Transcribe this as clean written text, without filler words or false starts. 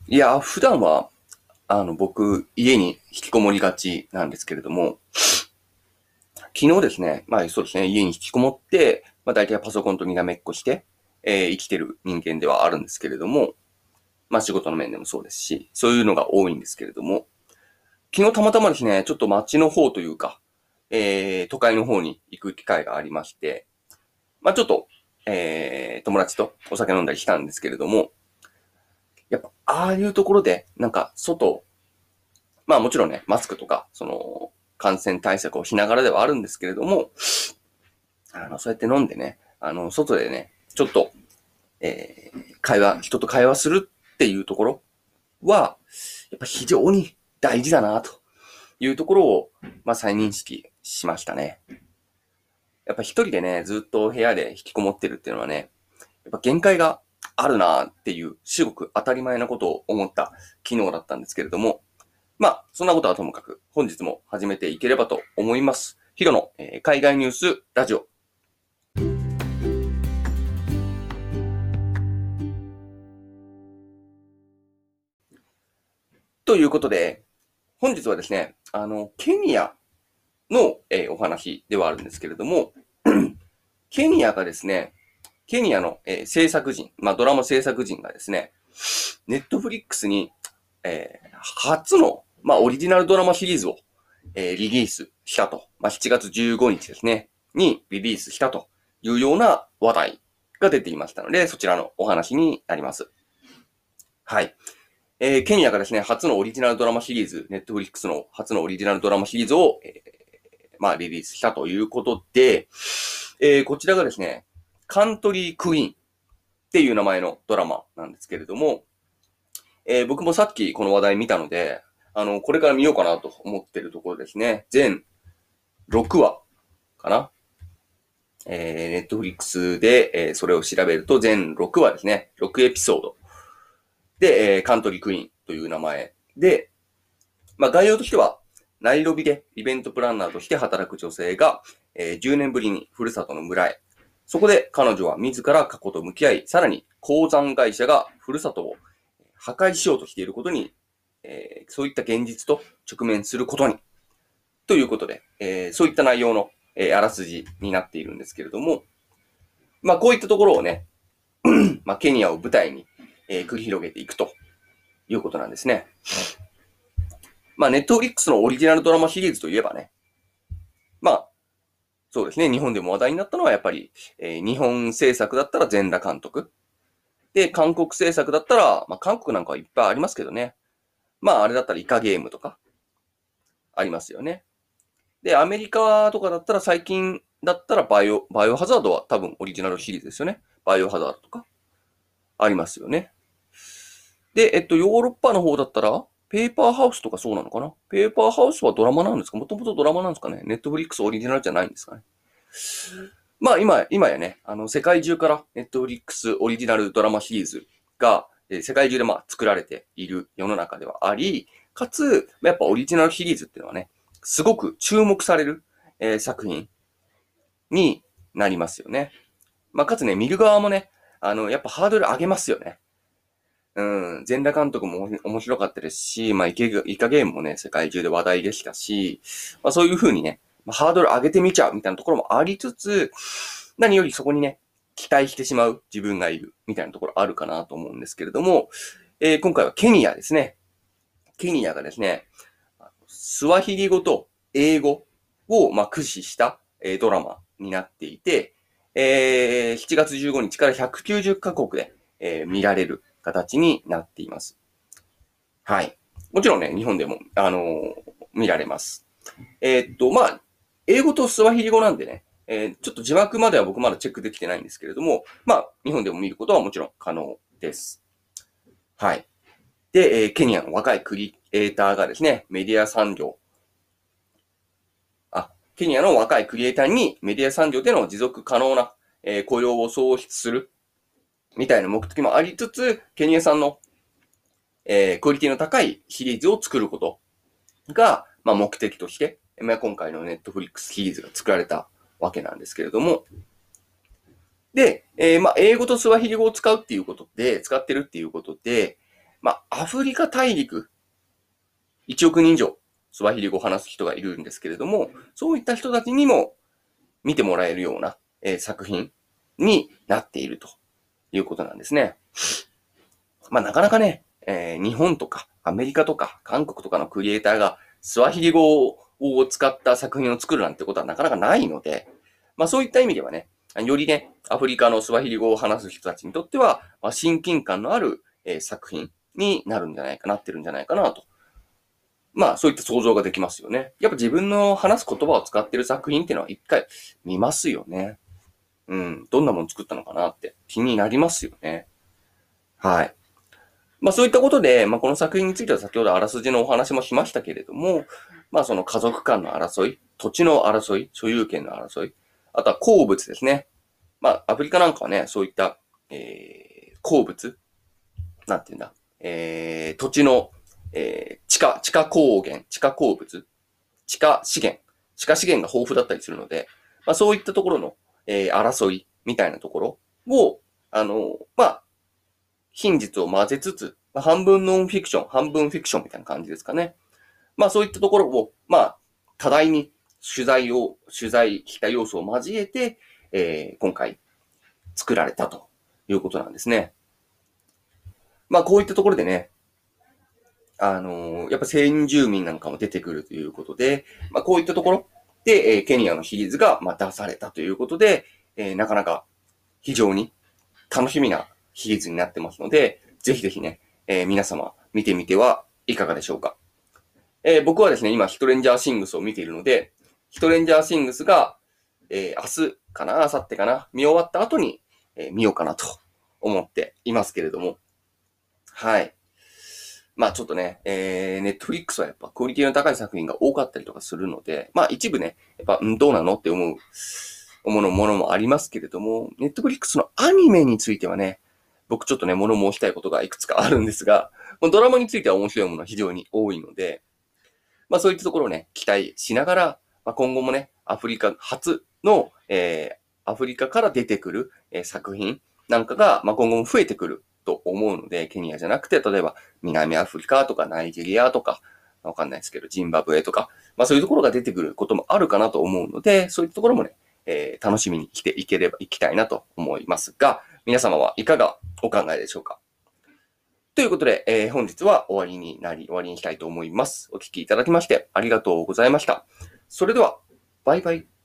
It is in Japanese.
いや、普段は、僕、家に引きこもりがちなんですけれども、昨日ですね、そうですね、家に引きこもって、大体パソコンとにらめっこして、生きてる人間ではあるんですけれども、仕事の面でもそうですし、そういうのが多いんですけれども、昨日たまたまですね、ちょっと街の方というか、都会の方に行く機会がありまして、ちょっと、友達とお酒飲んだりしたんですけれども、やっぱ、ああいうところで、外、もちろんね、マスクとか、感染対策をしながらではあるんですけれども、そうやって飲んでね、外でね、ちょっと、人と会話するっていうところは、やっぱ非常に大事だな、というところを、再認識しましたね。やっぱ一人でね、ずっと部屋で引きこもってるっていうのはね、やっぱ限界があるなっていう、すごく当たり前なことを思った昨日だったんですけれども、そんなことはともかく、本日も始めていければと思います。ヒロの、海外ニュースラジオ。ということで、本日はですね、ケニアの、お話ではあるんですけれども、ケニアがですね、ケニアの、制作人、ドラマ制作人がですね、ネットフリックスに、初の、オリジナルドラマシリーズを、リリースしたと。7月15日ですね、にリリースしたというような話題が出ていましたので、そちらのお話になります。はい。ケニアがですね、初のオリジナルドラマシリーズ、ネットフリックスの初のオリジナルドラマシリーズを、リリースしたということで、こちらがですね、カントリークイーンっていう名前のドラマなんですけれども、僕もさっきこの話題見たので、これから見ようかなと思ってるところですね。全6話かな。ネットフリックスで、それを調べると全6話ですね。6エピソード。で、カントリークイーンという名前で、概要としては、ナイロビでイベントプランナーとして働く女性が、10年ぶりにふるさとの村へ。そこで彼女は自ら過去と向き合い、さらに鉱山会社がふるさとを破壊しようとしていることに、そういった現実と直面することに、ということで、そういった内容の、あらすじになっているんですけれども、こういったところをね、ケニアを舞台に、繰り広げていくということなんですね。ネットフリックスのオリジナルドラマシリーズといえばね、そうですね、日本でも話題になったのはやっぱり、日本制作だったら全裸監督。で、韓国制作だったら、韓国なんかはいっぱいありますけどね。あれだったらイカゲームとかありますよね。で、アメリカとかだったら最近だったらバイオハザードは多分オリジナルシリーズですよね。バイオハザードとかありますよね。で、ヨーロッパの方だったら、ペーパーハウスとかそうなのかな。ペーパーハウスはドラマなんですか？もともとドラマなんですかね？ネットフリックスオリジナルじゃないんですかね？今やね、世界中からネットフリックスオリジナルドラマシリーズが、世界中で作られている世の中ではあり、かつ、やっぱオリジナルシリーズっていうのはね、すごく注目される、作品になりますよね。かつね、見る側もね、やっぱハードル上げますよね。全裸監督も面白かったですし、イカゲームもね、世界中で話題でしたし、そういう風にね、ハードル上げてみちゃうみたいなところもありつつ、何よりそこにね、期待してしまう自分がいるみたいなところあるかなと思うんですけれども、今回はケニアですね。ケニアがですね、スワヒリ語と英語を駆使した、ドラマになっていて、7月15日から190カ国で、見られる形になっています。はい。もちろんね、日本でも、見られます。英語とスワヒリ語なんでね、ちょっと字幕までは僕まだチェックできてないんですけれども、日本でも見ることはもちろん可能です。はい。で、ケニアの若いクリエイターがですね、ケニアの若いクリエイターにメディア産業での持続可能な、雇用を創出するみたいな目的もありつつ、ケニア産の、クオリティの高いシリーズを作ることが、目的として、今回のネットフリックスシリーズが作られたわけなんですけれども、で、英語とスワヒリ語を使ってるっていうことで、 アフリカ大陸、1億人以上、スワヒリ語を話す人がいるんですけれども、そういった人たちにも見てもらえるような、作品になっているということなんですね。なかなかね、日本とかアメリカとか韓国とかのクリエイターがスワヒリ語を使った作品を作るなんてことはなかなかないので、そういった意味ではね、よりね、アフリカのスワヒリ語を話す人たちにとっては、親近感のある、作品になるんじゃないかなってるんじゃないかなと。そういった想像ができますよね。やっぱ自分の話す言葉を使ってる作品っていうのは一回見ますよね。どんなもの作ったのかなって気になりますよね。はい。そういったことで、この作品については先ほどあらすじのお話もしましたけれども、その家族間の争い、土地の争い、所有権の争い、あとは鉱物ですね。アフリカなんかはね、そういった、鉱物、なんていうんだ、土地の、地下鉱源、地下鉱物、地下資源が豊富だったりするので、そういったところの、争いみたいなところを、真実を混ぜつつ、半分ノンフィクション、半分フィクションみたいな感じですかね。そういったところを、多大に取材した要素を交えて、今回作られたということなんですね。こういったところでね、やっぱ先住民なんかも出てくるということで、こういったところで、ケニアのシリーズが出されたということで、なかなか非常に楽しみなシリーズになってますので、ぜひぜひね、皆様見てみてはいかがでしょうか。僕はですね、今、ヒトレンジャーシングスを見ているので、ヒトレンジャーシングスが、明日かな、明後日かな、見終わった後に、見ようかなと思っていますけれども。はい。ちょっとね、ネットフリックスはやっぱクオリティの高い作品が多かったりとかするので、一部ね、やっぱ、どうなのって思うものもありますけれども、ネットフリックスのアニメについてはね、僕ちょっとね、物申したいことがいくつかあるんですが、ドラマについては面白いものは非常に多いので、そういったところをね、期待しながら、今後もね、アフリカ初の、アフリカから出てくる、作品なんかが、今後も増えてくると思うので、ケニアじゃなくて、例えば南アフリカとかナイジェリアとか、わかんないですけど、ジンバブエとか、そういうところが出てくることもあるかなと思うので、そういったところもね、楽しみにしていければいきたいなと思いますが、皆様はいかがお考えでしょうか。ということで、本日は終わりにしたいと思います。お聞きいただきましてありがとうございました。それでは、バイバイ。